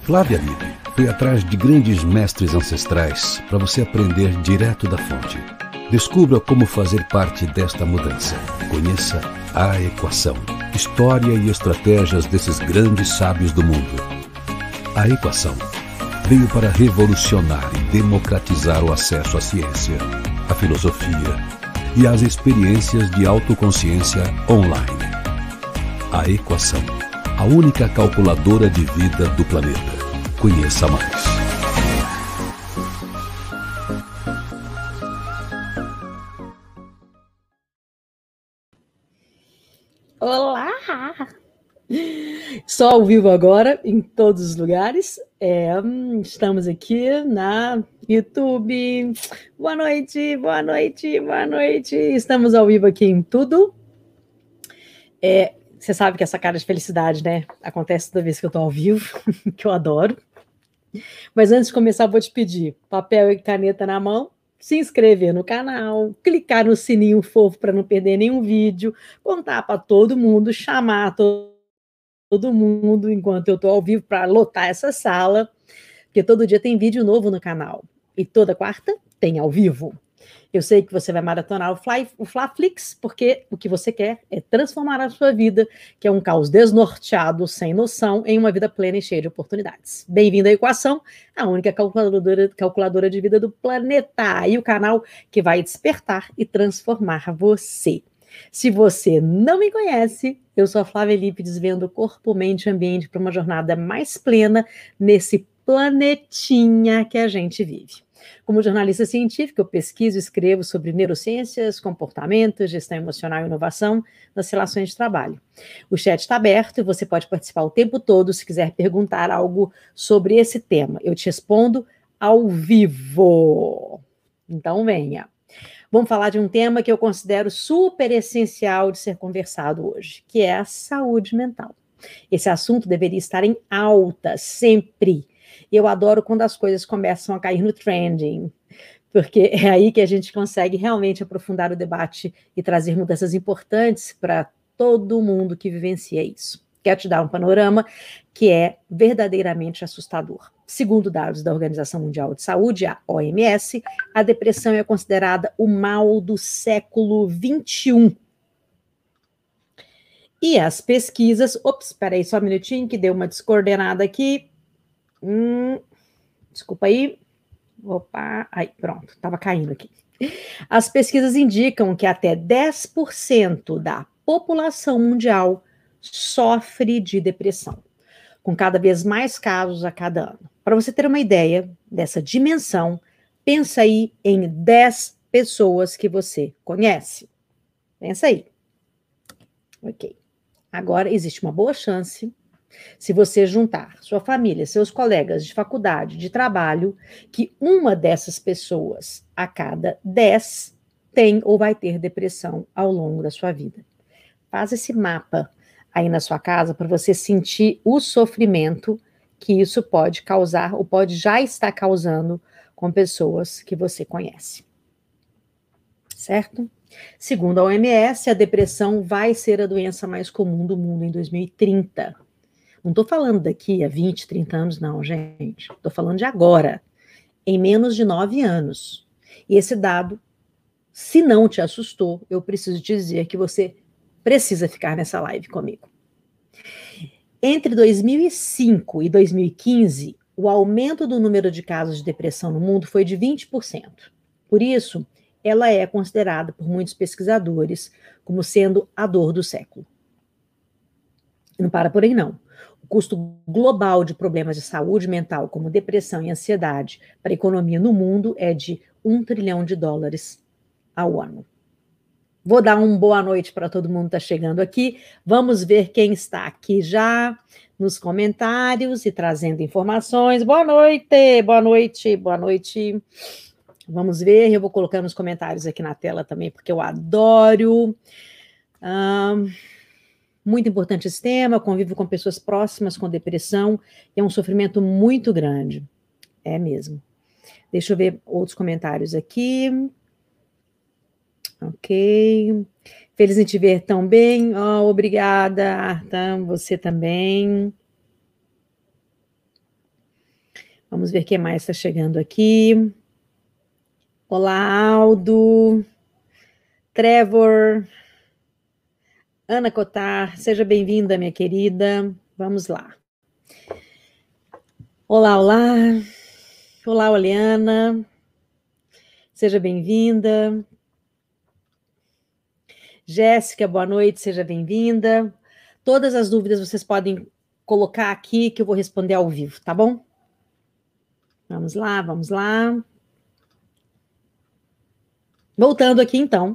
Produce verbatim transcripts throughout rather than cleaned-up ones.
Flávia Lippe foi atrás de grandes mestres ancestrais para você aprender direto da fonte. Descubra como fazer parte desta mudança. Conheça A Equação, história e estratégias desses grandes sábios do mundo. A Equação veio para revolucionar e democratizar o acesso à ciência, à filosofia e às experiências de autoconsciência online. A Equação, a única calculadora de vida do planeta. Conheça mais. Olá! Só ao vivo agora, em todos os lugares. É, estamos aqui na YouTube. Boa noite, boa noite, boa noite. Estamos ao vivo aqui em tudo. É, você sabe que essa cara de felicidade, né? Acontece toda vez que eu estou ao vivo, que eu adoro. Mas antes de começar, eu vou te pedir papel e caneta na mão, se inscrever no canal, clicar no sininho fofo para não perder nenhum vídeo, contar para todo mundo, chamar todo, todo mundo enquanto eu estou ao vivo para lotar essa sala, porque todo dia tem vídeo novo no canal. E toda quarta tem ao vivo. Eu sei que você vai maratonar o, Fly, o Flaflix, porque o que você quer é transformar a sua vida, que é um caos desnorteado, sem noção, em uma vida plena e cheia de oportunidades. Bem-vindo à Equação, a única calculadora, calculadora de vida do planeta, e o canal que vai despertar e transformar você. Se você não me conhece, eu sou a Flávia Lippe, desvendo corpo, mente e ambiente para uma jornada mais plena nesse planetinha que a gente vive. Como jornalista científica, eu pesquiso e escrevo sobre neurociências, comportamento, gestão emocional e inovação nas relações de trabalho. O chat está aberto e você pode participar o tempo todo se quiser perguntar algo sobre esse tema. Eu te respondo ao vivo. Então, venha. Vamos falar de um tema que eu considero super essencial de ser conversado hoje, que é a saúde mental. Esse assunto deveria estar em alta, sempre. Eu adoro quando as coisas começam a cair no trending, porque é aí que a gente consegue realmente aprofundar o debate e trazer mudanças importantes para todo mundo que vivencia isso. Quero te dar um panorama que é verdadeiramente assustador. Segundo dados da Organização Mundial de Saúde, a O M S, a depressão é considerada o mal do século vinte e um. E as pesquisas... Ops, espera aí só um minutinho que deu uma descoordenada aqui. Hum, desculpa aí. Opa, aí, pronto, estava caindo aqui. As pesquisas indicam que até dez por cento da população mundial sofre de depressão, com cada vez mais casos a cada ano. Para você ter uma ideia dessa dimensão, pensa aí em dez pessoas que você conhece. Pensa aí. Ok. Agora, existe uma boa chance, se você juntar sua família, seus colegas de faculdade, de trabalho, que uma dessas pessoas a cada dez tem ou vai ter depressão ao longo da sua vida. Faz esse mapa aí na sua casa para você sentir o sofrimento que isso pode causar ou pode já estar causando com pessoas que você conhece. Certo? Segundo a O M S, a depressão vai ser a doença mais comum do mundo em dois mil e trinta. Não estou falando daqui a vinte, trinta anos, não, gente. Estou falando de agora, em menos de nove anos. E esse dado, se não te assustou, eu preciso te dizer que você precisa ficar nessa live comigo. Entre dois mil e cinco e dois mil e quinze, o aumento do número de casos de depressão no mundo foi de vinte por cento. Por isso, ela é considerada por muitos pesquisadores como sendo a dor do século. Não para por aí, não. O custo global de problemas de saúde mental, como depressão e ansiedade, para a economia no mundo é de um trilhão de dólares ao ano. Vou dar uma boa noite para todo mundo que está chegando aqui. Vamos ver quem está aqui já nos comentários e trazendo informações. Boa noite, boa noite, boa noite. Vamos ver, eu vou colocando os comentários aqui na tela também, porque eu adoro. Um, muito importante esse tema, convivo com pessoas próximas com depressão, é um sofrimento muito grande. É mesmo. Deixa eu ver outros comentários aqui. Ok. Feliz em te ver tão bem. Oh, obrigada, Arthur, você também. Vamos ver quem mais está chegando aqui. Olá, Aldo, Trevor, Ana Cotar, seja bem-vinda, minha querida. Vamos lá. Olá, olá. Olá, Oleana. Seja bem-vinda. Jéssica, boa noite, seja bem-vinda. Todas as dúvidas vocês podem colocar aqui que eu vou responder ao vivo, tá bom? Vamos lá, vamos lá. Voltando aqui, então.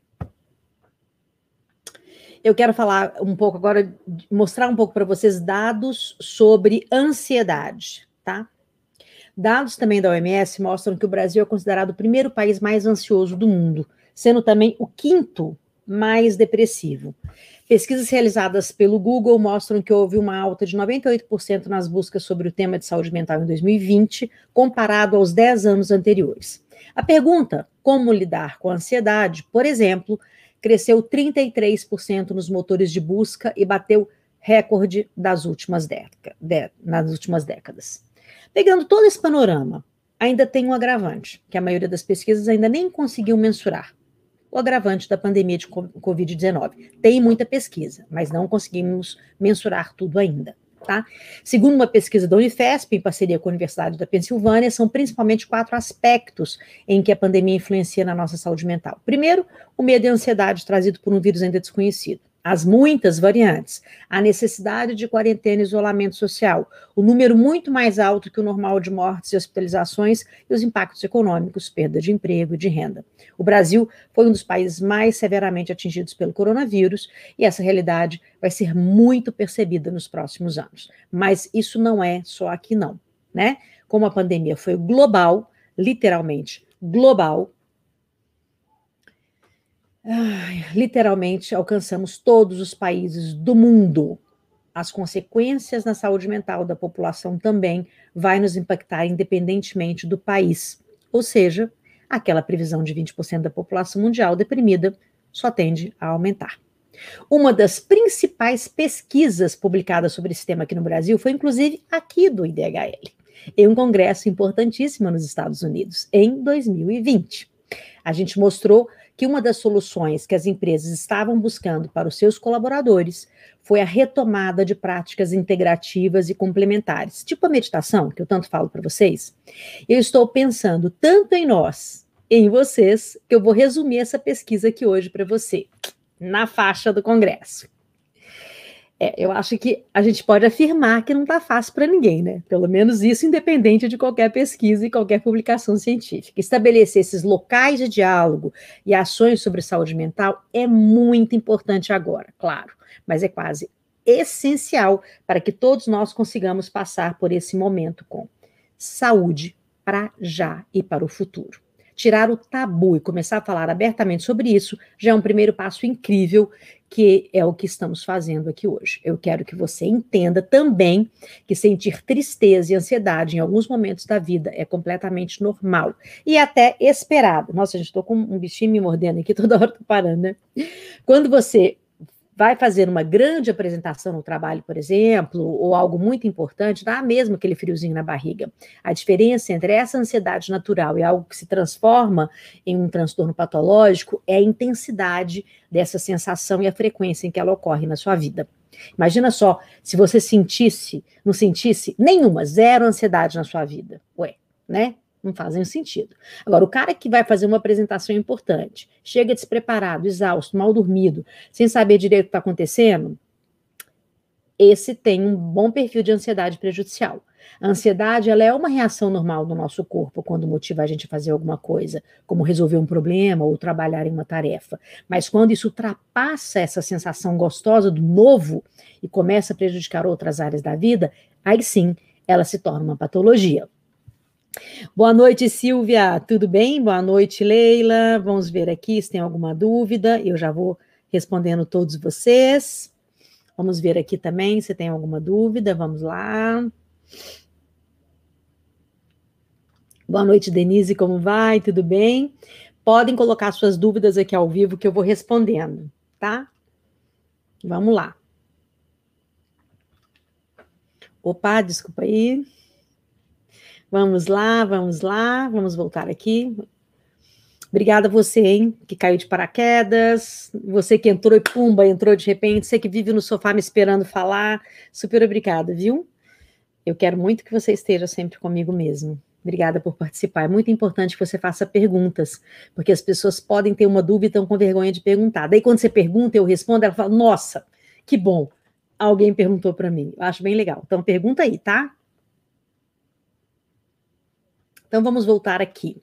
Eu quero falar um pouco agora, mostrar um pouco para vocês dados sobre ansiedade, tá? Dados também da O M S mostram que o Brasil é considerado o primeiro país mais ansioso do mundo, sendo também o quinto mais depressivo. Pesquisas realizadas pelo Google mostram que houve uma alta de noventa e oito por cento nas buscas sobre o tema de saúde mental em dois mil e vinte, comparado aos dez anos anteriores. A pergunta, como lidar com a ansiedade, por exemplo, cresceu trinta e três por cento nos motores de busca e bateu recorde das últimas décadas, de, nas últimas décadas. Pegando todo esse panorama, ainda tem um agravante, que a maioria das pesquisas ainda nem conseguiu mensurar. O agravante da pandemia de covid dezenove. Tem muita pesquisa, mas não conseguimos mensurar tudo ainda. Tá? Segundo uma pesquisa da Unifesp, em parceria com a Universidade da Pensilvânia, são principalmente quatro aspectos em que a pandemia influencia na nossa saúde mental. Primeiro, o medo e a ansiedade trazido por um vírus ainda desconhecido. As muitas variantes, a necessidade de quarentena e isolamento social, o número muito mais alto que o normal de mortes e hospitalizações e os impactos econômicos, perda de emprego e de renda. O Brasil foi um dos países mais severamente atingidos pelo coronavírus e essa realidade vai ser muito percebida nos próximos anos. Mas isso não é só aqui não, né? Como a pandemia foi global, literalmente global, Ai, literalmente alcançamos todos os países do mundo. As consequências na saúde mental da população também vai nos impactar independentemente do país. Ou seja, aquela previsão de vinte por cento da população mundial deprimida só tende a aumentar. Uma das principais pesquisas publicadas sobre esse tema aqui no Brasil foi, inclusive, aqui do I D H L, em um congresso importantíssimo nos Estados Unidos, em dois mil e vinte. A gente mostrou que uma das soluções que as empresas estavam buscando para os seus colaboradores foi a retomada de práticas integrativas e complementares, tipo a meditação, que eu tanto falo para vocês. Eu estou pensando tanto em nós, em vocês, que eu vou resumir essa pesquisa aqui hoje para você, na faixa do Congresso. É, eu acho que a gente pode afirmar que não está fácil para ninguém, né? Pelo menos isso independente de qualquer pesquisa e qualquer publicação científica. Estabelecer esses locais de diálogo e ações sobre saúde mental é muito importante agora, claro, mas é quase essencial para que todos nós consigamos passar por esse momento com saúde para já e para o futuro. Tirar o tabu e começar a falar abertamente sobre isso já é um primeiro passo incrível, que é o que estamos fazendo aqui hoje. Eu quero que você entenda também que sentir tristeza e ansiedade em alguns momentos da vida é completamente normal e até esperado. Nossa, gente, estou com um bichinho me mordendo aqui, toda hora tô parando, né? Quando você vai fazer uma grande apresentação no trabalho, por exemplo, ou algo muito importante, dá mesmo aquele friozinho na barriga. A diferença entre essa ansiedade natural e algo que se transforma em um transtorno patológico é a intensidade dessa sensação e a frequência em que ela ocorre na sua vida. Imagina só, se você sentisse, não sentisse nenhuma, zero ansiedade na sua vida. Ué, né? Não fazem sentido. Agora, o cara que vai fazer uma apresentação importante, chega despreparado, exausto, mal dormido, sem saber direito o que está acontecendo, esse tem um bom perfil de ansiedade prejudicial. A ansiedade, ela é uma reação normal do nosso corpo quando motiva a gente a fazer alguma coisa, como resolver um problema ou trabalhar em uma tarefa. Mas quando isso ultrapassa essa sensação gostosa do novo e começa a prejudicar outras áreas da vida, aí sim, ela se torna uma patologia. Boa noite, Silvia, tudo bem? Boa noite, Leila. Vamos ver aqui se tem alguma dúvida. Eu já vou respondendo todos vocês. Vamos ver aqui também se tem alguma dúvida. Vamos lá. Boa noite, Denise, como vai? Tudo bem? Podem colocar suas dúvidas aqui ao vivo que eu vou respondendo, tá? Vamos lá. Opa, desculpa aí. Vamos lá, vamos lá, vamos voltar aqui. Obrigada a você, hein, que caiu de paraquedas, você que entrou e pumba, entrou de repente, você que vive no sofá me esperando falar, super obrigada, viu? Eu quero muito que você esteja sempre comigo mesmo. Obrigada por participar. É muito importante que você faça perguntas, porque as pessoas podem ter uma dúvida e estão com vergonha de perguntar. Daí, quando você pergunta, eu respondo, ela fala, nossa, que bom, alguém perguntou para mim. Eu acho bem legal. Então, pergunta aí, tá? Então, vamos voltar aqui.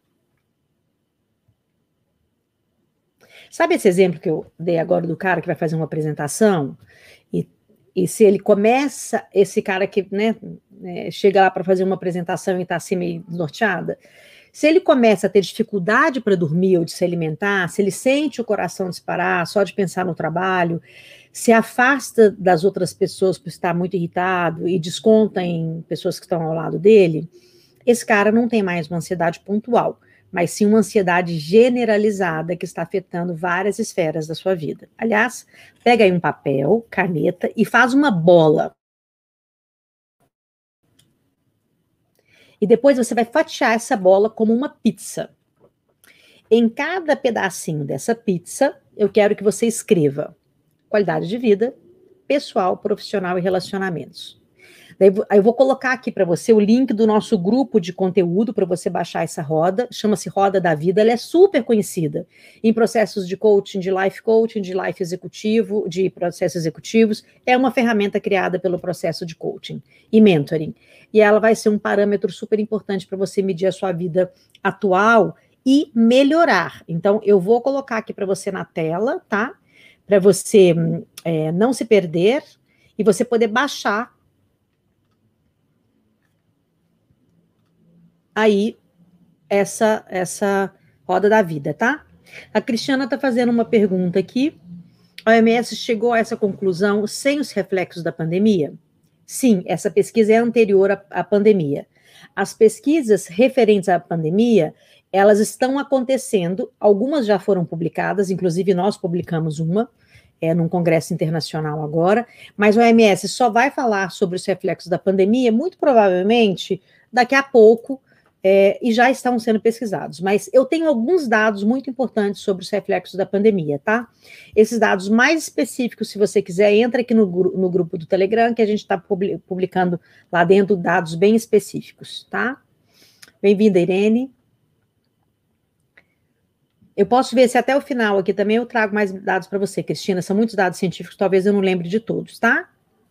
Sabe esse exemplo que eu dei agora do cara que vai fazer uma apresentação? E, e se ele começa, esse cara que né, é, chega lá para fazer uma apresentação e está assim meio desnorteada, se ele começa a ter dificuldade para dormir ou de se alimentar, se ele sente o coração disparar só de pensar no trabalho, se afasta das outras pessoas por estar muito irritado e desconta em pessoas que estão ao lado dele, esse cara não tem mais uma ansiedade pontual, mas sim uma ansiedade generalizada que está afetando várias esferas da sua vida. Aliás, pega aí um papel, caneta e faz uma bola. E depois você vai fatiar essa bola como uma pizza. Em cada pedacinho dessa pizza, eu quero que você escreva qualidade de vida, pessoal, profissional e relacionamentos. Daí, eu vou colocar aqui para você o link do nosso grupo de conteúdo para você baixar essa roda, chama-se Roda da Vida, ela é super conhecida em processos de coaching, de life coaching, de life executivo, de processos executivos, é uma ferramenta criada pelo processo de coaching e mentoring, e ela vai ser um parâmetro super importante para você medir a sua vida atual e melhorar. Então, eu vou colocar aqui para você na tela, tá? Para você é, não se perder e você poder baixar aí essa, essa roda da vida, tá? A Cristiana está fazendo uma pergunta aqui. A O M S chegou a essa conclusão sem os reflexos da pandemia? Sim, essa pesquisa é anterior à, à pandemia. As pesquisas referentes à pandemia, elas estão acontecendo, algumas já foram publicadas, inclusive nós publicamos uma, é, num congresso internacional agora, mas o O M S só vai falar sobre os reflexos da pandemia, muito provavelmente, daqui a pouco, É, e já estão sendo pesquisados, mas eu tenho alguns dados muito importantes sobre os reflexos da pandemia, tá? Esses dados mais específicos, se você quiser, entra aqui no, no grupo do Telegram, que a gente está publicando lá dentro dados bem específicos, tá? Bem-vinda, Irene. Eu posso ver se até o final aqui também eu trago mais dados para você, Cristina, são muitos dados científicos, talvez eu não lembre de todos, tá?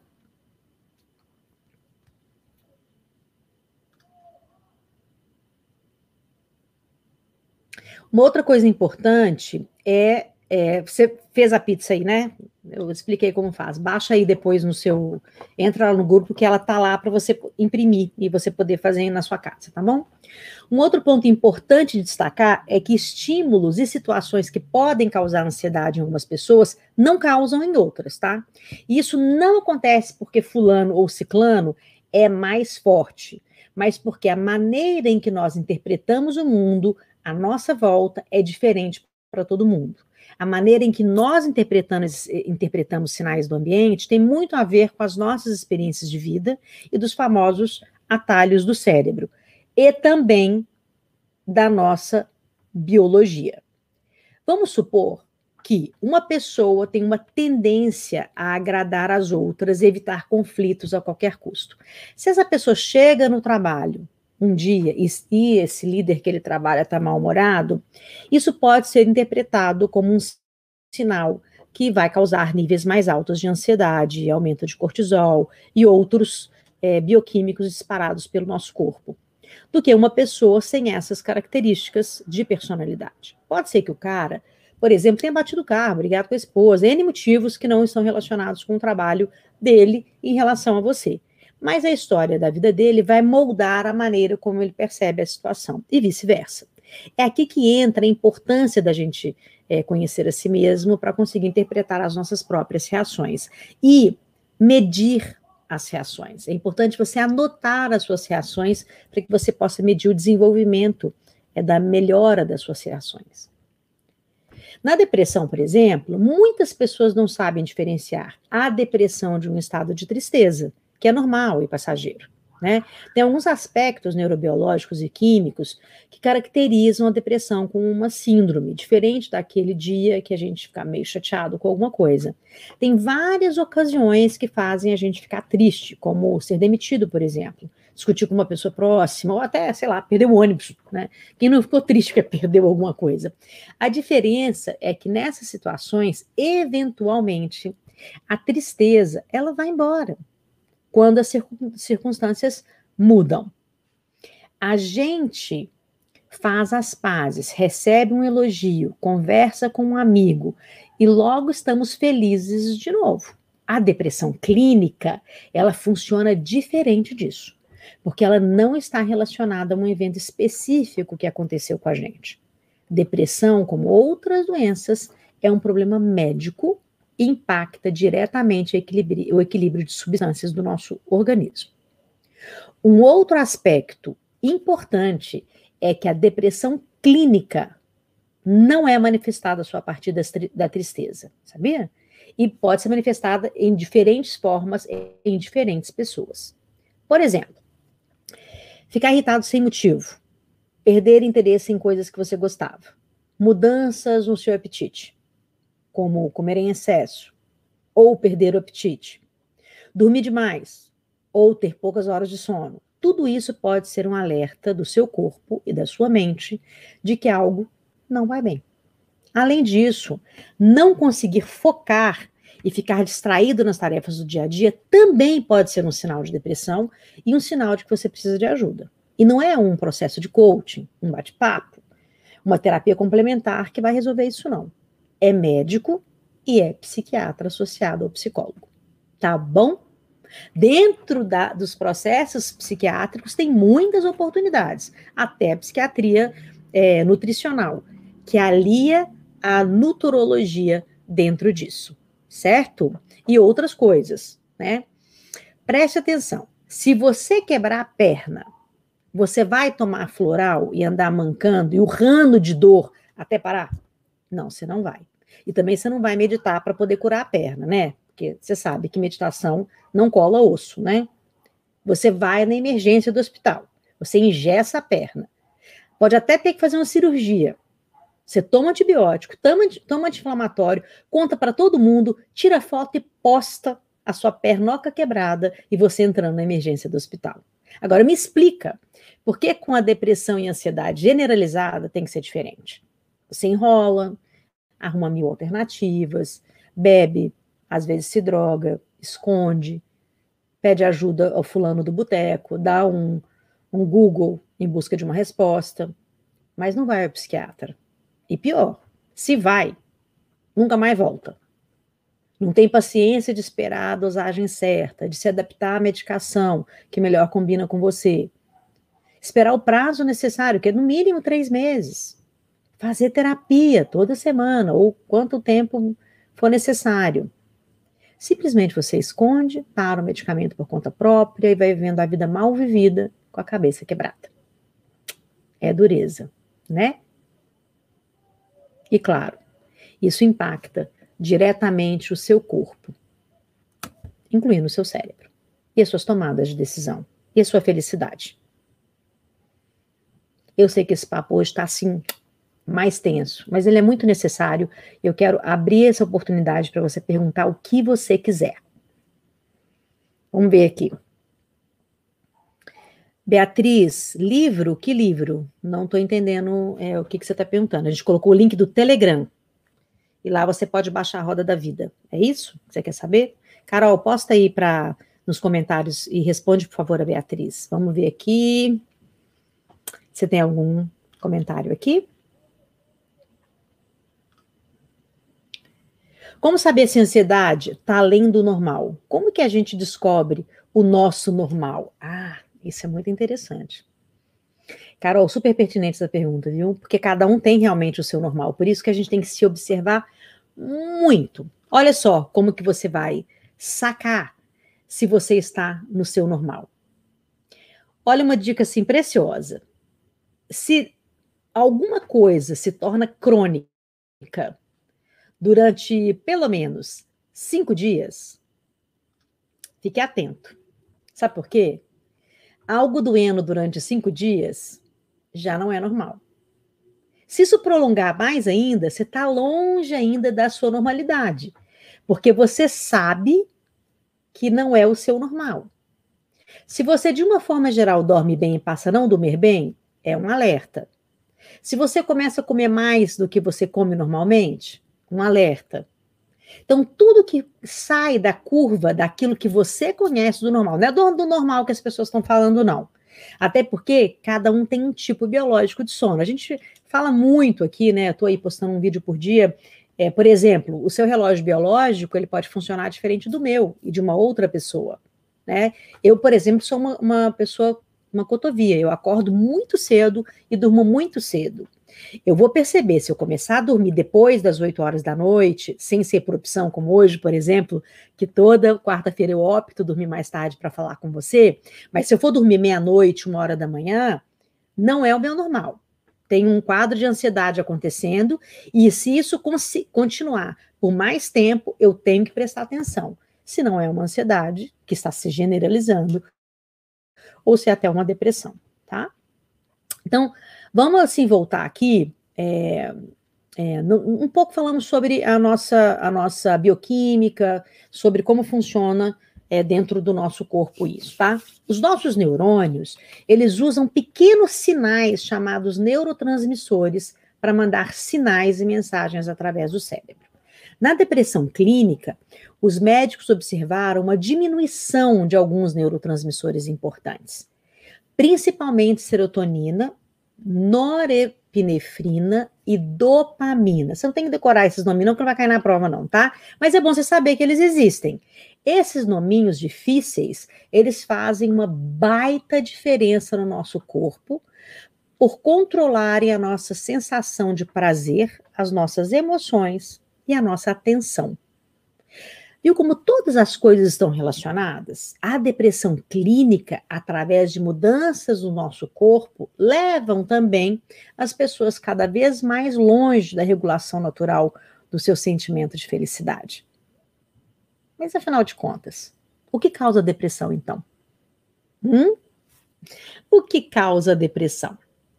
Uma outra coisa importante é, é, você fez a pizza aí, né? Eu expliquei como faz. Baixa aí depois no seu, entra lá no grupo que ela tá lá para você imprimir e você poder fazer na sua casa, tá bom? Um outro ponto importante de destacar é que estímulos e situações que podem causar ansiedade em algumas pessoas não causam em outras, tá? E isso não acontece porque fulano ou ciclano é mais forte, mas porque a maneira em que nós interpretamos o mundo à nossa volta é diferente para todo mundo. A maneira em que nós interpretamos, interpretamos sinais do ambiente tem muito a ver com as nossas experiências de vida e dos famosos atalhos do cérebro, e também da nossa biologia. Vamos supor que uma pessoa tem uma tendência a agradar as outras e evitar conflitos a qualquer custo. Se essa pessoa chega no trabalho um dia e, e esse líder que ele trabalha está mal-humorado, isso pode ser interpretado como um sinal que vai causar níveis mais altos de ansiedade, aumento de cortisol e outros é, bioquímicos disparados pelo nosso corpo, do que uma pessoa sem essas características de personalidade. Pode ser que o cara, por exemplo, tenha batido o carro, brigado com a esposa, N motivos que não estão relacionados com o trabalho dele em relação a você. Mas a história da vida dele vai moldar a maneira como ele percebe a situação, e vice-versa. É aqui que entra a importância da gente é, conhecer a si mesmo para conseguir interpretar as nossas próprias reações e medir as reações. É importante você anotar as suas reações para que você possa medir o desenvolvimento é, da melhora das suas reações. Na depressão, por exemplo, muitas pessoas não sabem diferenciar a depressão de um estado de tristeza, que é normal e passageiro, né? Tem alguns aspectos neurobiológicos e químicos que caracterizam a depressão como uma síndrome, diferente daquele dia que a gente fica meio chateado com alguma coisa. Tem várias ocasiões que fazem a gente ficar triste, como ser demitido, por exemplo, discutir com uma pessoa próxima, ou até, sei lá, perder o ônibus, né? Quem não ficou triste porque perdeu alguma coisa? A diferença é que nessas situações, eventualmente, a tristeza, ela vai embora quando as circunstâncias mudam. A gente faz as pazes, recebe um elogio, conversa com um amigo e logo estamos felizes de novo. A depressão clínica, ela funciona diferente disso, porque ela não está relacionada a um evento específico que aconteceu com a gente. Depressão, como outras doenças, é um problema médico e impacta diretamente o equilíbrio, o equilíbrio de substâncias do nosso organismo. Um outro aspecto importante é que a depressão clínica não é manifestada só a partir das, da tristeza, sabia? E pode ser manifestada em diferentes formas em diferentes pessoas. Por exemplo, ficar irritado sem motivo, perder interesse em coisas que você gostava, mudanças no seu apetite, como comer em excesso, ou perder o apetite, dormir demais, ou ter poucas horas de sono. Tudo isso pode ser um alerta do seu corpo e da sua mente de que algo não vai bem. Além disso, não conseguir focar e ficar distraído nas tarefas do dia a dia também pode ser um sinal de depressão e um sinal de que você precisa de ajuda. E não é um processo de coaching, um bate-papo, uma terapia complementar que vai resolver isso, não. É médico e é psiquiatra associado ao psicólogo. Tá bom? Dentro da, dos processos psiquiátricos tem muitas oportunidades, até a psiquiatria é, nutricional, que alia a nutrologia dentro disso, certo? E outras coisas, né? Preste atenção, se você quebrar a perna, você vai tomar floral e andar mancando e urrando de dor até parar? Não, você não vai. E também você não vai meditar para poder curar a perna, né? Porque você sabe que meditação não cola osso, né? Você vai na emergência do hospital, você engessa a perna. Pode até ter que fazer uma cirurgia. Você toma antibiótico, toma, toma anti-inflamatório, conta para todo mundo, tira foto e posta a sua pernoca quebrada e você entrando na emergência do hospital. Agora me explica, por que com a depressão e ansiedade generalizada tem que ser diferente? Você enrola, arruma mil alternativas, bebe, às vezes se droga, esconde, pede ajuda ao fulano do boteco, dá um, um Google em busca de uma resposta, mas não vai ao psiquiatra. E pior, se vai, nunca mais volta. Não tem paciência de esperar a dosagem certa, de se adaptar à medicação que melhor combina com você. Esperar o prazo necessário, que é no mínimo três meses. Fazer terapia toda semana, ou quanto tempo for necessário. Simplesmente você esconde, para o medicamento por conta própria e vai vivendo a vida mal vivida com a cabeça quebrada. É dureza, né? E claro, isso impacta diretamente o seu corpo, incluindo o seu cérebro, e as suas tomadas de decisão, e a sua felicidade. Eu sei que esse papo hoje está assim, mais tenso, mas ele é muito necessário. Eu quero abrir essa oportunidade para você perguntar o que você quiser. Vamos ver aqui. Beatriz, livro? Que livro? Não estou entendendo é, o que, que você está perguntando. A gente colocou o link do Telegram. E lá você pode baixar a Roda da Vida. É isso que você quer saber? Carol, posta aí pra, nos comentários e responde, por favor, a Beatriz. Vamos ver aqui. Você tem algum comentário aqui? Como saber se a ansiedade está além do normal? Como que a gente descobre o nosso normal? Ah, isso é muito interessante. Carol, super pertinente essa pergunta, viu? Porque cada um tem realmente o seu normal. Por isso que a gente tem que se observar muito. Olha só como que você vai sacar se você está no seu normal. Olha uma dica assim preciosa. Se alguma coisa se torna crônica durante pelo menos cinco dias, fique atento. Sabe por quê? algo doendo durante cinco dias já não é normal. Se isso prolongar mais ainda, você está longe ainda da sua normalidade, porque você sabe que não é o seu normal. Se você, de uma forma geral, dorme bem e passa a não dormir bem, é um alerta. Se você começa a comer mais do que você come normalmente, um alerta. Então, tudo que sai da curva daquilo que você conhece do normal, não é do, do normal que as pessoas estão falando, não. Até porque cada um tem um tipo biológico de sono. A gente fala muito aqui, né? Estou aí postando um vídeo por dia. É, por exemplo, o seu relógio biológico ele pode funcionar diferente do meu e de uma outra pessoa, né? Eu, por exemplo, sou uma, uma pessoa, uma cotovia. Eu acordo muito cedo e durmo muito cedo. Eu vou perceber, se eu começar a dormir depois das oito horas da noite, sem ser por opção, como hoje, por exemplo, que toda quarta-feira eu opto dormir mais tarde para falar com você, mas se eu for dormir meia-noite, uma hora da manhã, não é o meu normal. Tem um quadro de ansiedade acontecendo, e se isso continuar por mais tempo, eu tenho que prestar atenção. Se não é uma ansiedade que está se generalizando, ou se é até uma depressão, tá? Então, vamos assim voltar aqui, é, é, no, um pouco falando sobre a nossa, a nossa bioquímica, sobre como funciona é, dentro do nosso corpo isso, tá? Os nossos neurônios, eles usam pequenos sinais chamados neurotransmissores para mandar sinais e mensagens através do cérebro. Na depressão clínica, os médicos observaram uma diminuição de alguns neurotransmissores importantes, principalmente serotonina, norepinefrina e dopamina. Você não tem que decorar esses nomes não, porque não vai cair na prova não, tá? Mas é bom você saber que eles existem. Esses nominhos difíceis, eles fazem uma baita diferença no nosso corpo por controlarem a nossa sensação de prazer, as nossas emoções e a nossa atenção. Viu como todas as coisas estão relacionadas? A depressão clínica, através de mudanças no nosso corpo, levam também as pessoas cada vez mais longe da regulação natural do seu sentimento de felicidade. Mas, afinal de contas, o que causa a depressão, então? Hum? O que causa a depressão?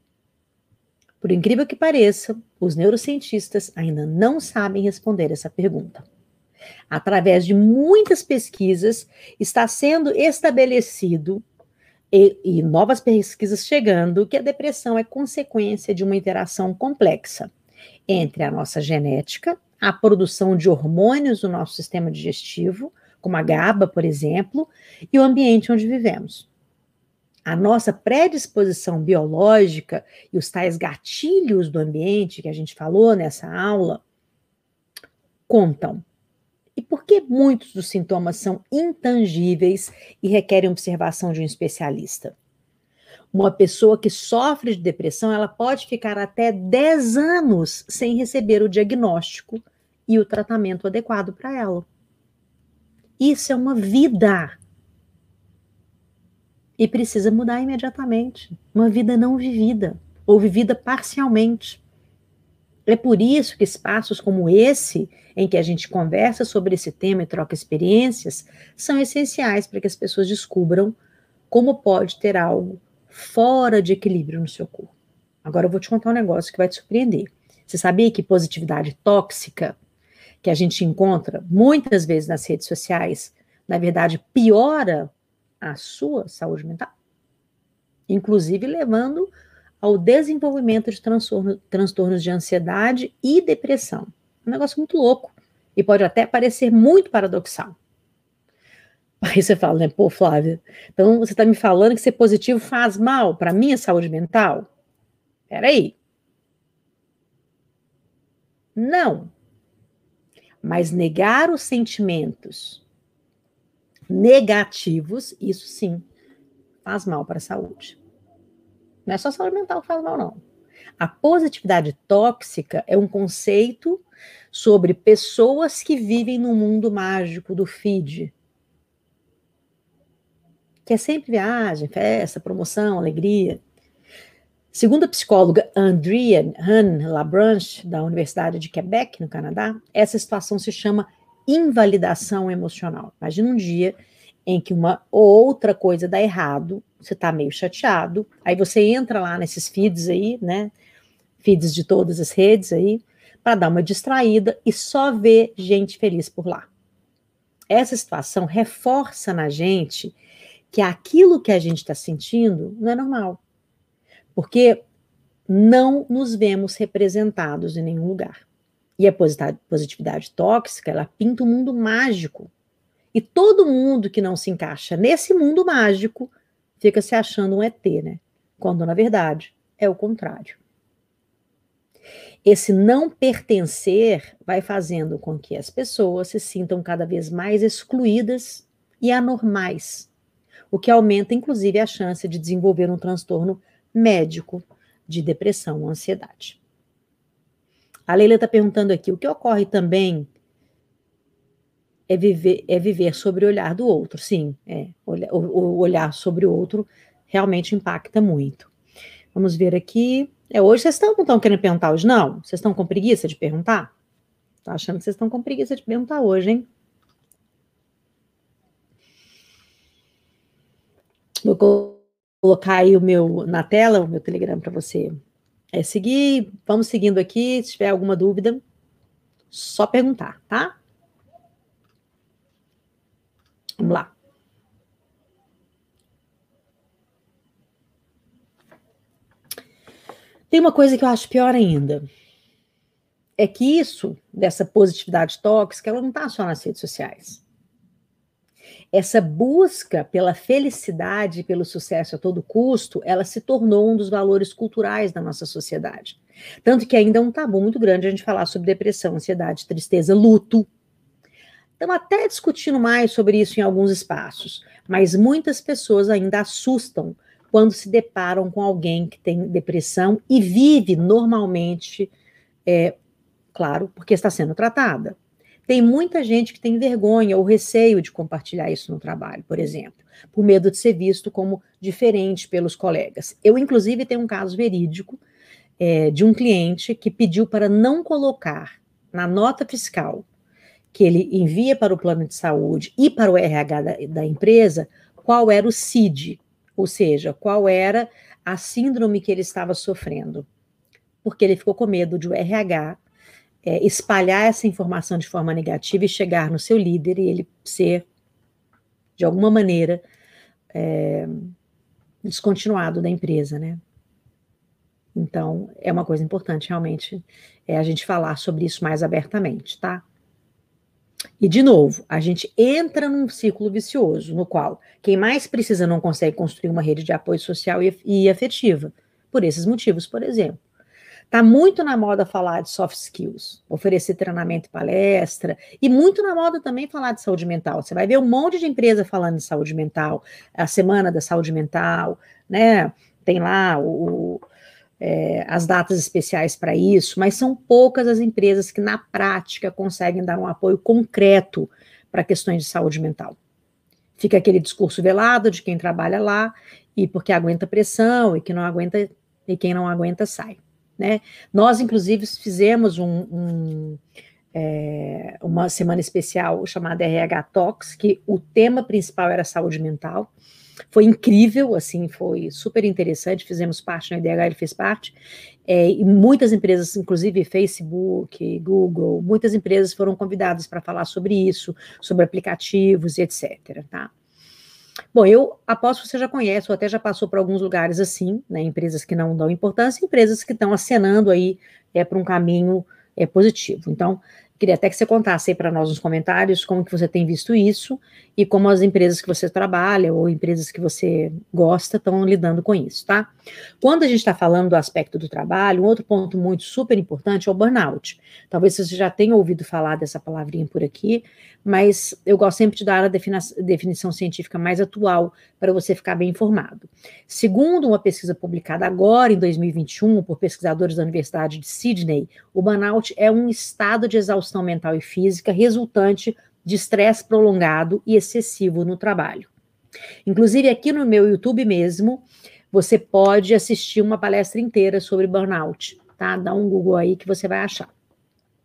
Por incrível que pareça, os neurocientistas ainda não sabem responder essa pergunta. Através de muitas pesquisas, está sendo estabelecido, e, e novas pesquisas chegando, que a depressão é consequência de uma interação complexa entre a nossa genética, a produção de hormônios do nosso sistema digestivo, como a GABA, por exemplo, e o ambiente onde vivemos. A nossa predisposição biológica e os tais gatilhos do ambiente que a gente falou nessa aula contam. E por que muitos dos sintomas são intangíveis e requerem observação de um especialista? Uma pessoa que sofre de depressão, ela pode ficar até dez anos sem receber o diagnóstico e o tratamento adequado para ela. Isso é uma vida. E precisa mudar imediatamente. Uma vida não vivida, ou vivida parcialmente. É por isso que espaços como esse, em que a gente conversa sobre esse tema e troca experiências, são essenciais para que as pessoas descubram como pode ter algo fora de equilíbrio no seu corpo. Agora eu vou te contar um negócio que vai te surpreender. Você sabia que positividade tóxica, que a gente encontra muitas vezes nas redes sociais, na verdade piora a sua saúde mental? Inclusive levando ao desenvolvimento de transtorno, transtornos de ansiedade e depressão. Um negócio muito louco. E pode até parecer muito paradoxal. Aí você fala, né? Pô, Flávia, então você está me falando que ser positivo faz mal para a minha saúde mental? Peraí. Não. Mas negar os sentimentos negativos, isso sim, faz mal para a saúde. Não é só saúde mental que faz mal, não. A positividade tóxica é um conceito sobre pessoas que vivem no mundo mágico do feed. Que é sempre viagem, festa, promoção, alegria. Segundo a psicóloga Andrea Han Labranche, da Universidade de Quebec, no Canadá, essa situação se chama invalidação emocional. Imagina um dia em que uma outra coisa dá errado, você está meio chateado, aí você entra lá nesses feeds aí, né? Feeds de todas as redes aí, para dar uma distraída e só ver gente feliz por lá. Essa situação reforça na gente que aquilo que a gente está sentindo não é normal. Porque não nos vemos representados em nenhum lugar. E a positividade tóxica, ela pinta um mundo mágico. E todo mundo que não se encaixa nesse mundo mágico fica se achando um E T, né? Quando, na verdade, é o contrário. Esse não pertencer vai fazendo com que as pessoas se sintam cada vez mais excluídas e anormais, o que aumenta, inclusive, a chance de desenvolver um transtorno médico de depressão ou ansiedade. A Leila está perguntando aqui, o que ocorre também é viver, é viver sobre o olhar do outro. Sim, é, o, o olhar sobre o outro realmente impacta muito. Vamos ver aqui. É, hoje vocês estão, não estão querendo perguntar hoje, não? Vocês estão com preguiça de perguntar? Estou achando que vocês estão com preguiça de perguntar hoje, hein? Vou colocar aí o meu, na tela, o meu Telegram para você é, seguir. Vamos seguindo aqui. Se tiver alguma dúvida, só perguntar, tá? Vamos lá. Tem uma coisa que eu acho pior ainda. É que isso, dessa positividade tóxica, ela não está só nas redes sociais. Essa busca pela felicidade, pelo sucesso a todo custo, ela se tornou um dos valores culturais da nossa sociedade. Tanto que ainda é um tabu muito grande a gente falar sobre depressão, ansiedade, tristeza, luto. Estamos até discutindo mais sobre isso em alguns espaços, mas muitas pessoas ainda assustam quando se deparam com alguém que tem depressão e vive normalmente, é, claro, porque está sendo tratada. Tem muita gente que tem vergonha ou receio de compartilhar isso no trabalho, por exemplo, por medo de ser visto como diferente pelos colegas. Eu, inclusive, tenho um caso verídico é, de um cliente que pediu para não colocar na nota fiscal que ele envia para o plano de saúde e para o R H da, da empresa qual era o C I D, ou seja, qual era a síndrome que ele estava sofrendo, porque ele ficou com medo de o R H É, espalhar essa informação de forma negativa e chegar no seu líder e ele ser, de alguma maneira, é, descontinuado da empresa, né? Então, é uma coisa importante, realmente, é a gente falar sobre isso mais abertamente, tá? E, de novo, a gente entra num ciclo vicioso, no qual quem mais precisa não consegue construir uma rede de apoio social e, e afetiva, por esses motivos, por exemplo. Está muito na moda falar de soft skills, oferecer treinamento e palestra, e muito na moda também falar de saúde mental. Você vai ver um monte de empresa falando de saúde mental, a Semana da Saúde Mental, né? Tem lá o, é, as datas especiais para isso, mas são poucas as empresas que, na prática, conseguem dar um apoio concreto para questões de saúde mental. Fica aquele discurso velado de quem trabalha lá, e porque aguenta pressão, e, que não aguenta, e quem não aguenta sai. Né? Nós, inclusive, fizemos um, um, é, uma semana especial chamada R H Talks, que o tema principal era saúde mental. Foi incrível, assim, foi super interessante. Fizemos parte no I D H, ele fez parte. É, e muitas empresas, inclusive Facebook, Google, muitas empresas foram convidadas para falar sobre isso, sobre aplicativos e etcétera. Tá? Bom, eu aposto que você já conhece, ou até já passou por alguns lugares assim, né, empresas que não dão importância, empresas que estão acenando aí é, para um caminho é, positivo. Então, queria até que você contasse aí para nós nos comentários como que você tem visto isso e como as empresas que você trabalha ou empresas que você gosta estão lidando com isso, tá? Quando a gente está falando do aspecto do trabalho, um outro ponto muito super importante é o burnout. Talvez você já tenha ouvido falar dessa palavrinha por aqui, mas eu gosto sempre de dar a definição científica mais atual para você ficar bem informado. Segundo uma pesquisa publicada agora em dois mil e vinte e um por pesquisadores da Universidade de Sydney, o burnout é um estado de exaustão mental e física resultante de estresse prolongado e excessivo no trabalho. Inclusive aqui no meu YouTube mesmo, você pode assistir uma palestra inteira sobre burnout, tá? Dá um Google aí que você vai achar.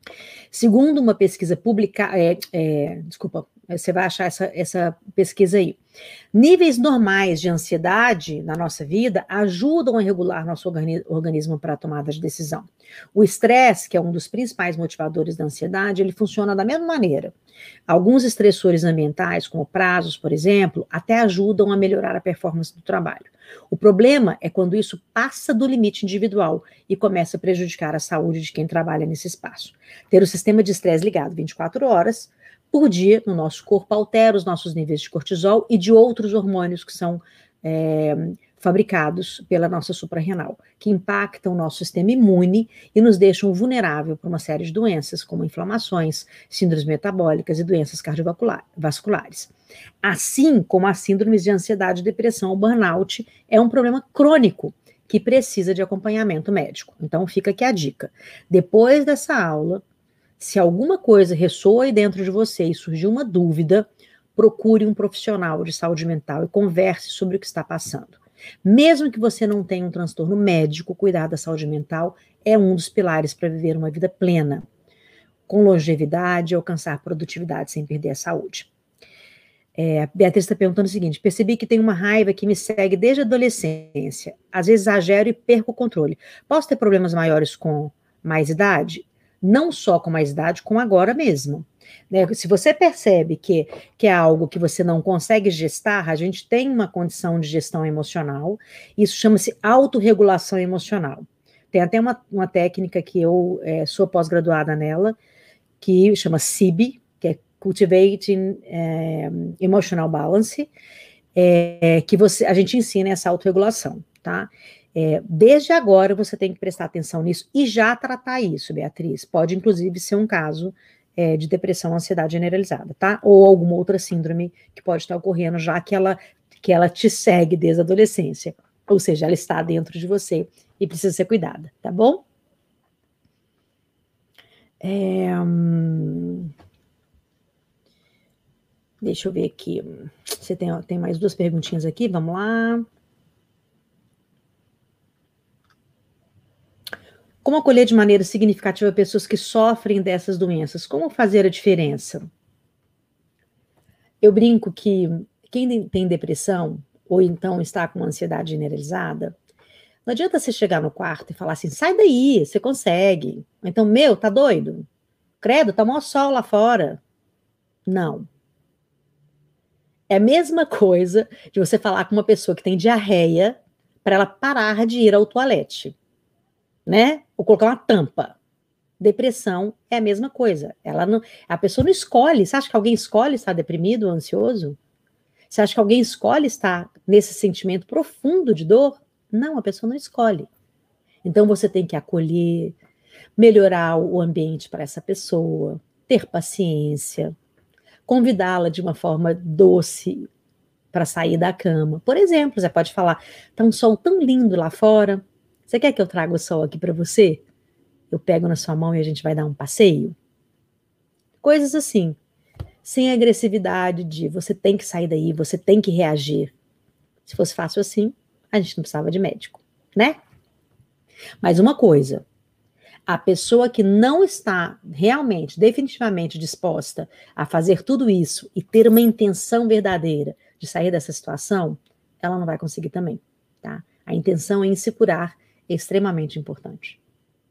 Segundo uma pesquisa publicada, é, é, desculpa, você vai achar essa, essa pesquisa aí. Níveis normais de ansiedade na nossa vida ajudam a regular nosso organi- organismo para a tomada de decisão. O estresse, que é um dos principais motivadores da ansiedade, ele funciona da mesma maneira. Alguns estressores ambientais, como prazos, por exemplo, até ajudam a melhorar a performance do trabalho. O problema é quando isso passa do limite individual e começa a prejudicar a saúde de quem trabalha nesse espaço. Ter o sistema de estresse ligado vinte e quatro horas por dia no nosso corpo altera os nossos níveis de cortisol e de outros hormônios que são é, fabricados pela nossa suprarrenal, que impactam o nosso sistema imune e nos deixam vulnerável para uma série de doenças, como inflamações, síndromes metabólicas e doenças cardiovasculares. Assim como as síndromes de ansiedade, depressão ou burnout é um problema crônico que precisa de acompanhamento médico. Então fica aqui a dica. Depois dessa aula, se alguma coisa ressoa aí dentro de você e surgiu uma dúvida, procure um profissional de saúde mental e converse sobre o que está passando. Mesmo que você não tenha um transtorno médico, cuidar da saúde mental é um dos pilares para viver uma vida plena, com longevidade e alcançar produtividade sem perder a saúde. É, a Beatriz está perguntando o seguinte: percebi que tem uma raiva que me segue desde a adolescência. Às vezes exagero e perco o controle. Posso ter problemas maiores com mais idade? Não só com mais idade, com agora mesmo. Né? Se você percebe que, que é algo que você não consegue gestar, a gente tem uma condição de gestão emocional, isso chama-se autorregulação emocional. Tem até uma, uma técnica que eu é, sou pós-graduada nela, que chama C I B, que é Cultivating é, Emotional Balance, é, que você, a gente ensina essa autorregulação, tá? É, desde agora você tem que prestar atenção nisso e já tratar isso, Beatriz. Pode, inclusive, ser um caso é, de depressão, ansiedade generalizada, tá? Ou alguma outra síndrome que pode estar ocorrendo, já que ela, que ela te segue desde a adolescência. Ou seja, ela está dentro de você e precisa ser cuidada, tá bom? É, hum, deixa eu ver aqui. Você tem, tem mais duas perguntinhas aqui, vamos lá. Como acolher de maneira significativa pessoas que sofrem dessas doenças? Como fazer a diferença? Eu brinco que quem tem depressão, ou então está com ansiedade generalizada, não adianta você chegar no quarto e falar assim, sai daí, você consegue. Ou então, meu, tá doido? Credo, tá maior sol lá fora. Não. É a mesma coisa de você falar com uma pessoa que tem diarreia para ela parar de ir ao toalete, né? Ou colocar uma tampa. Depressão é a mesma coisa. Ela não, a pessoa não escolhe. Você acha que alguém escolhe estar deprimido ou ansioso? Você acha que alguém escolhe estar nesse sentimento profundo de dor? Não, a pessoa não escolhe. Então você tem que acolher, melhorar o ambiente para essa pessoa, ter paciência, convidá-la de uma forma doce para sair da cama. Por exemplo, você pode falar, tá um sol tão lindo lá fora, você quer que eu traga o sol aqui para você? Eu pego na sua mão e a gente vai dar um passeio? Coisas assim, sem agressividade de você tem que sair daí, você tem que reagir. Se fosse fácil assim, a gente não precisava de médico, né? Mas uma coisa, a pessoa que não está realmente, definitivamente disposta a fazer tudo isso e ter uma intenção verdadeira de sair dessa situação, ela não vai conseguir também, tá? A intenção em se curar é extremamente importante.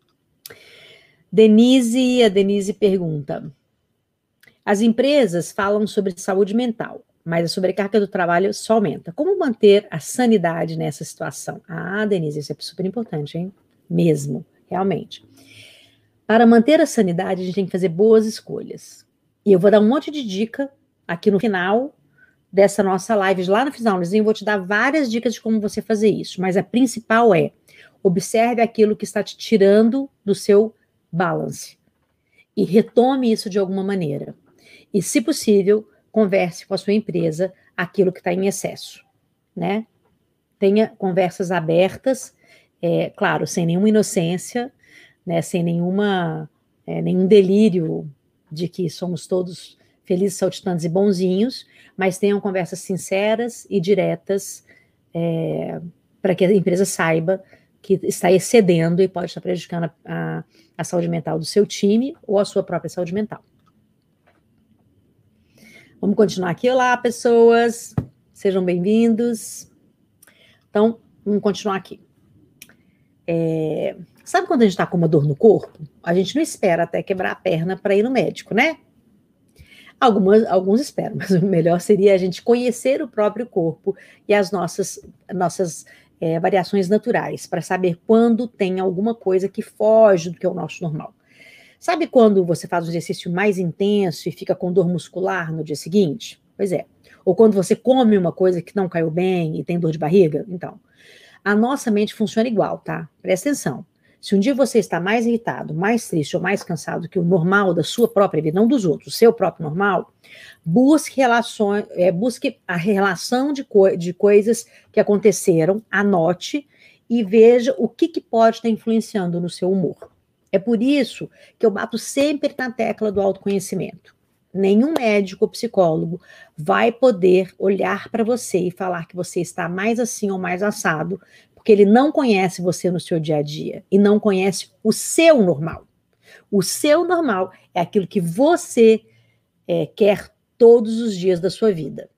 Denise, a Denise pergunta, as empresas falam sobre saúde mental, mas a sobrecarga do trabalho só aumenta. Como manter a sanidade nessa situação? Ah, Denise, isso é super importante, hein? Mesmo, realmente. Para manter a sanidade, a gente tem que fazer boas escolhas. E eu vou dar um monte de dica aqui no final dessa nossa live, lá no finalzinho, eu vou te dar várias dicas de como você fazer isso, mas a principal é, observe aquilo que está te tirando do seu balance e retome isso de alguma maneira. E, se possível, converse com a sua empresa aquilo que está em excesso, né? Tenha conversas abertas, é, claro, sem nenhuma inocência, né, sem nenhuma, é, nenhum delírio de que somos todos felizes, saltitantes e bonzinhos, mas tenham conversas sinceras e diretas é, para que a empresa saiba que está excedendo e pode estar prejudicando a, a, a saúde mental do seu time ou a sua própria saúde mental. Vamos continuar aqui. Olá, pessoas. Sejam bem-vindos. Então, vamos continuar aqui. É, sabe quando a gente está com uma dor no corpo? A gente não espera até quebrar a perna para ir no médico, né? Algumas, alguns esperam, mas o melhor seria a gente conhecer o próprio corpo e as nossas, nossas é, variações naturais, para saber quando tem alguma coisa que foge do que é o nosso normal. Sabe quando você faz um exercício mais intenso e fica com dor muscular no dia seguinte? Pois é. Ou quando você come uma coisa que não caiu bem e tem dor de barriga? Então, a nossa mente funciona igual, tá? Presta atenção. Se um dia você está mais irritado, mais triste ou mais cansado que o normal da sua própria vida, não dos outros, o seu próprio normal, busque, relações, é, busque a relação de, co de coisas que aconteceram, anote e veja o que, que pode estar influenciando no seu humor. É por isso que eu bato sempre na tecla do autoconhecimento. Nenhum médico ou psicólogo vai poder olhar para você e falar que você está mais assim ou mais assado, porque ele não conhece você no seu dia a dia e não conhece o seu normal. O seu normal é aquilo que você é, quer todos os dias da sua vida.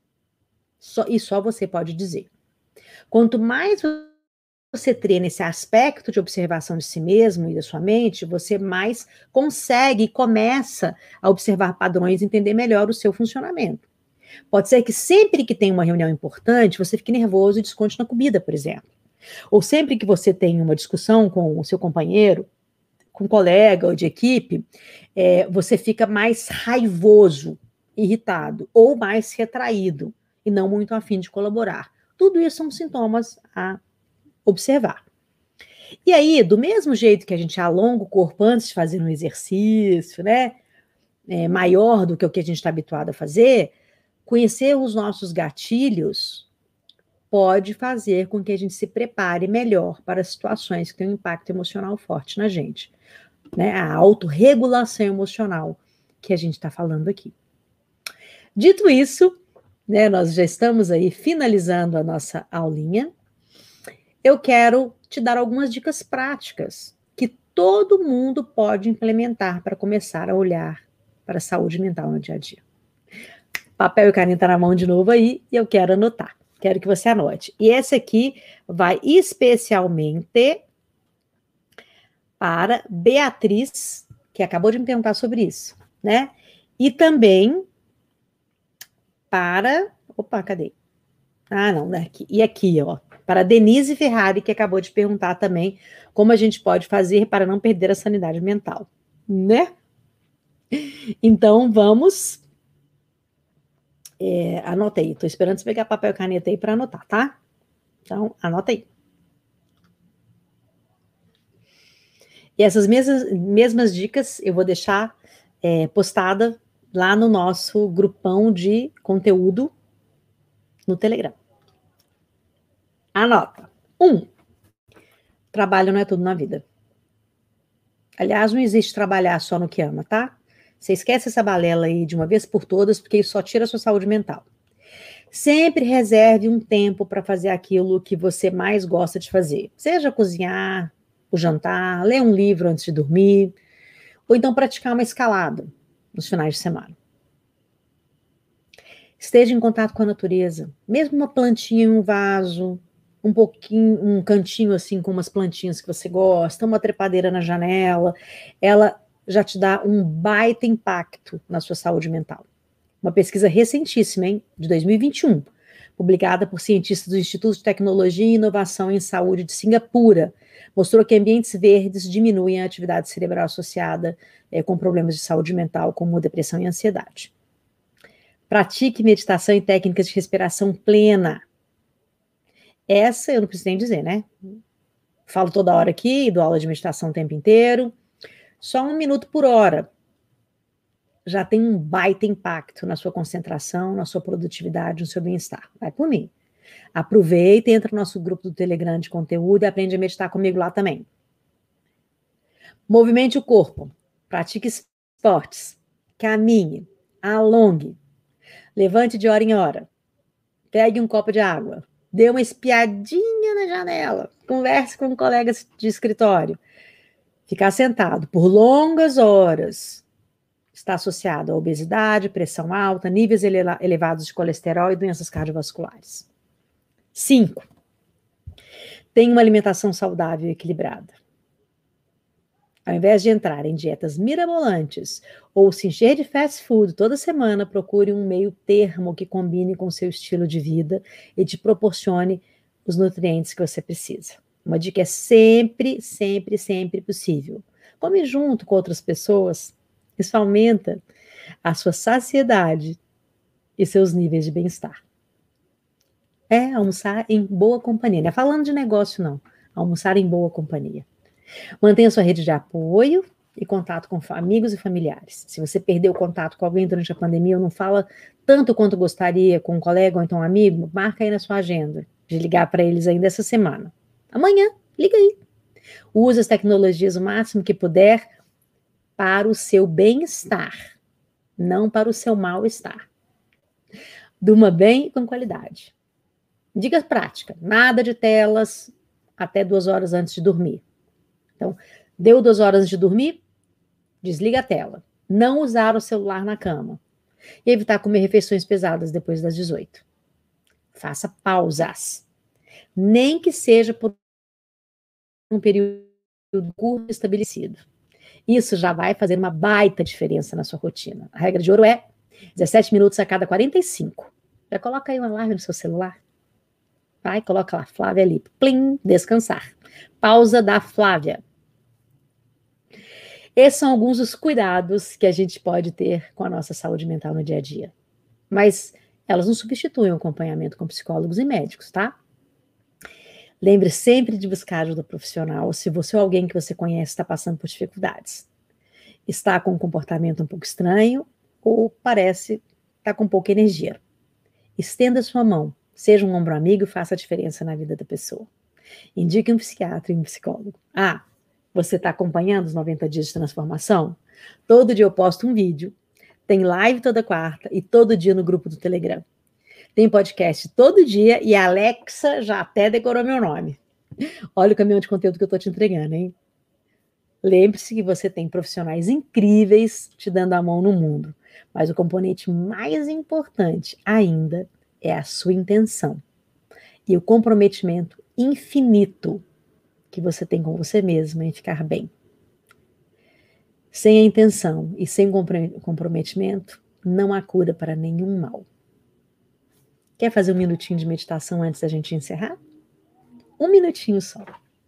Só, e só você pode dizer. Quanto mais você treina esse aspecto de observação de si mesmo e da sua mente, você mais consegue e começa a observar padrões e entender melhor o seu funcionamento. Pode ser que sempre que tem uma reunião importante, você fique nervoso e desconte na comida, por exemplo. Ou sempre que você tem uma discussão com o seu companheiro, com um colega ou de equipe, é, você fica mais raivoso, irritado ou mais retraído e não muito afim de colaborar. Tudo isso são sintomas a observar. E aí, do mesmo jeito que a gente alonga o corpo antes de fazer um exercício, né, é, maior do que o que a gente está habituado a fazer, conhecer os nossos gatilhos pode fazer com que a gente se prepare melhor para situações que têm um impacto emocional forte na gente, né, a autorregulação emocional que a gente está falando aqui. Dito isso, né, nós já estamos aí finalizando a nossa aulinha. Eu quero te dar algumas dicas práticas que todo mundo pode implementar para começar a olhar para a saúde mental no dia a dia. Papel e caneta na mão de novo aí, e eu quero anotar. Quero que você anote. E esse aqui vai especialmente para Beatriz, que acabou de me perguntar sobre isso, né? E também para... Opa, cadê? Ah, não, né? E aqui, ó. Para Denise Ferrari, que acabou de perguntar também como a gente pode fazer para não perder a sanidade mental, né? Então, vamos... É, anota aí. Estou esperando você pegar papel e caneta aí para anotar, tá? Então, anota aí. E essas mesmas, mesmas dicas eu vou deixar é, postada lá no nosso grupão de conteúdo no Telegram. Anota. Um, trabalho não é tudo na vida. Aliás, não existe trabalhar só no que ama, tá? Você esquece essa balela aí de uma vez por todas, porque isso só tira a sua saúde mental. Sempre reserve um tempo para fazer aquilo que você mais gosta de fazer. Seja cozinhar, o jantar, ler um livro antes de dormir, ou então praticar uma escalada nos finais de semana. Esteja em contato com a natureza, mesmo uma plantinha em um vaso, um pouquinho, um cantinho assim com umas plantinhas que você gosta, uma trepadeira na janela, ela já te dá um baita impacto na sua saúde mental. Uma pesquisa recentíssima, hein, de dois mil e vinte e um, publicada por cientistas do Instituto de Tecnologia e Inovação em Saúde de Singapura, mostrou que ambientes verdes diminuem a atividade cerebral associada é, com problemas de saúde mental, como depressão e ansiedade. Pratique meditação e técnicas de respiração plena. Essa eu não preciso nem dizer, né? Falo toda hora aqui, dou aula de meditação o tempo inteiro. Só um minuto por hora já tem um baita impacto na sua concentração, na sua produtividade, no seu bem-estar. Vai por mim. Aproveita, entra no nosso grupo do Telegram de conteúdo e aprende a meditar comigo lá também. Movimente o corpo. Pratique esportes. Caminhe. Alongue. Levante de hora em hora. Pegue um copo de água. Dê uma espiadinha na na janela, converse com colegas de escritório. Ficar sentado por longas horas está associado à obesidade, pressão alta, níveis ele- elevados de colesterol e doenças cardiovasculares. Cinco, tenha uma alimentação saudável e equilibrada. Ao invés de entrar em dietas mirabolantes ou se encher de fast food toda semana, procure um meio termo que combine com seu estilo de vida e te proporcione os nutrientes que você precisa. Uma dica é sempre, sempre, sempre possível. Come junto com outras pessoas, isso aumenta a sua saciedade e seus níveis de bem-estar. É almoçar em boa companhia. Não é falando de negócio, não. Almoçar em boa companhia. Mantenha sua rede de apoio e contato com amigos e familiares. Se você perdeu o contato com alguém durante a pandemia ou não fala tanto quanto gostaria com um colega ou então um amigo, marca aí na sua agenda de ligar para eles ainda essa semana. Amanhã, liga aí. Use as tecnologias o máximo que puder para o seu bem-estar, não para o seu mal-estar. Durma bem e com qualidade. Dica prática, nada de telas até duas horas antes de dormir. Então, deu duas horas antes de dormir, desliga a tela. Não usar o celular na cama. E evitar comer refeições pesadas depois das dezoito. Faça pausas. Nem que seja por um período curto estabelecido. Isso já vai fazer uma baita diferença na sua rotina. A regra de ouro é dezessete minutos a cada quarenta e cinco. Já coloca aí um alarme no seu celular. Vai, coloca lá, Flávia ali. Plim, descansar. Pausa da Flávia. Esses são alguns dos cuidados que a gente pode ter com a nossa saúde mental no dia a dia. Mas elas não substituem o acompanhamento com psicólogos e médicos, tá? Lembre sempre de buscar ajuda profissional se você ou alguém que você conhece está passando por dificuldades. Está com um comportamento um pouco estranho ou parece estar com pouca energia. Estenda sua mão, seja um ombro amigo e faça a diferença na vida da pessoa. Indique um psiquiatra e um psicólogo. Ah, você está acompanhando os noventa dias de transformação? Todo dia eu posto um vídeo, tem live toda quarta e todo dia no grupo do Telegram. Tem podcast todo dia e a Alexa já até decorou meu nome. Olha o caminhão de conteúdo que eu estou te entregando, hein? Lembre-se que você tem profissionais incríveis te dando a mão no mundo, mas o componente mais importante ainda é a sua intenção e o comprometimento infinito que você tem com você mesma em ficar bem. Sem a intenção e sem comprometimento, não há cura para nenhum mal. Quer fazer um minutinho de meditação antes da gente encerrar? Um minutinho só.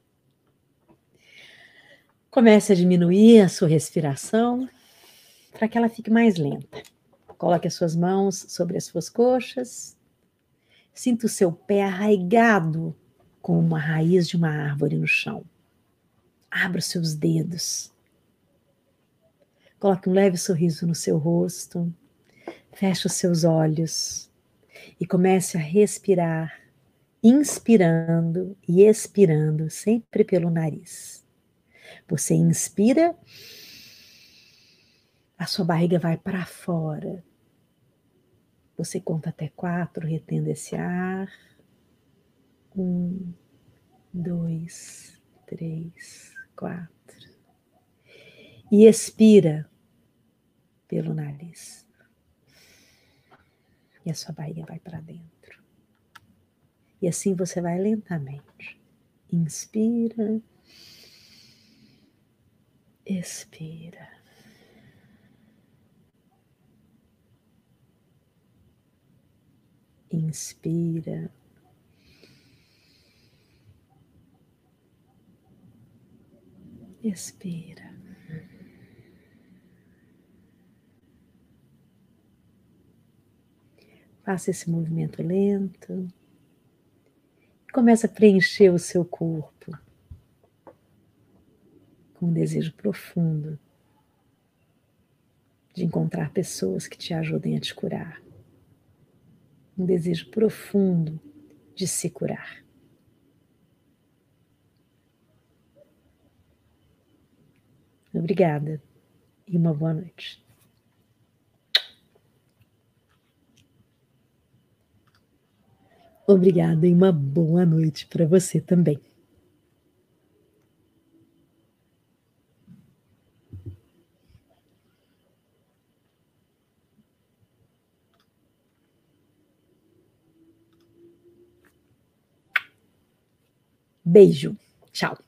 Comece a diminuir a sua respiração para que ela fique mais lenta. Coloque as suas mãos sobre as suas coxas. Sinta o seu pé arraigado como uma raiz de uma árvore no chão. Abra os seus dedos. Coloque um leve sorriso no seu rosto. Feche os seus olhos. E comece a respirar, inspirando e expirando, sempre pelo nariz. Você inspira, a sua barriga vai para fora. Você conta até quatro, retendo esse ar. Um, dois, três, quatro. E expira pelo nariz. E a sua barriga vai para dentro. E assim você vai lentamente. Inspira. Expira. Inspira. Expira. Faça esse movimento lento. Começa a preencher o seu corpo com um desejo profundo de encontrar pessoas que te ajudem a te curar. Um desejo profundo de se curar. Obrigada e uma boa noite. Obrigada e uma boa noite para você também. Beijo. Tchau.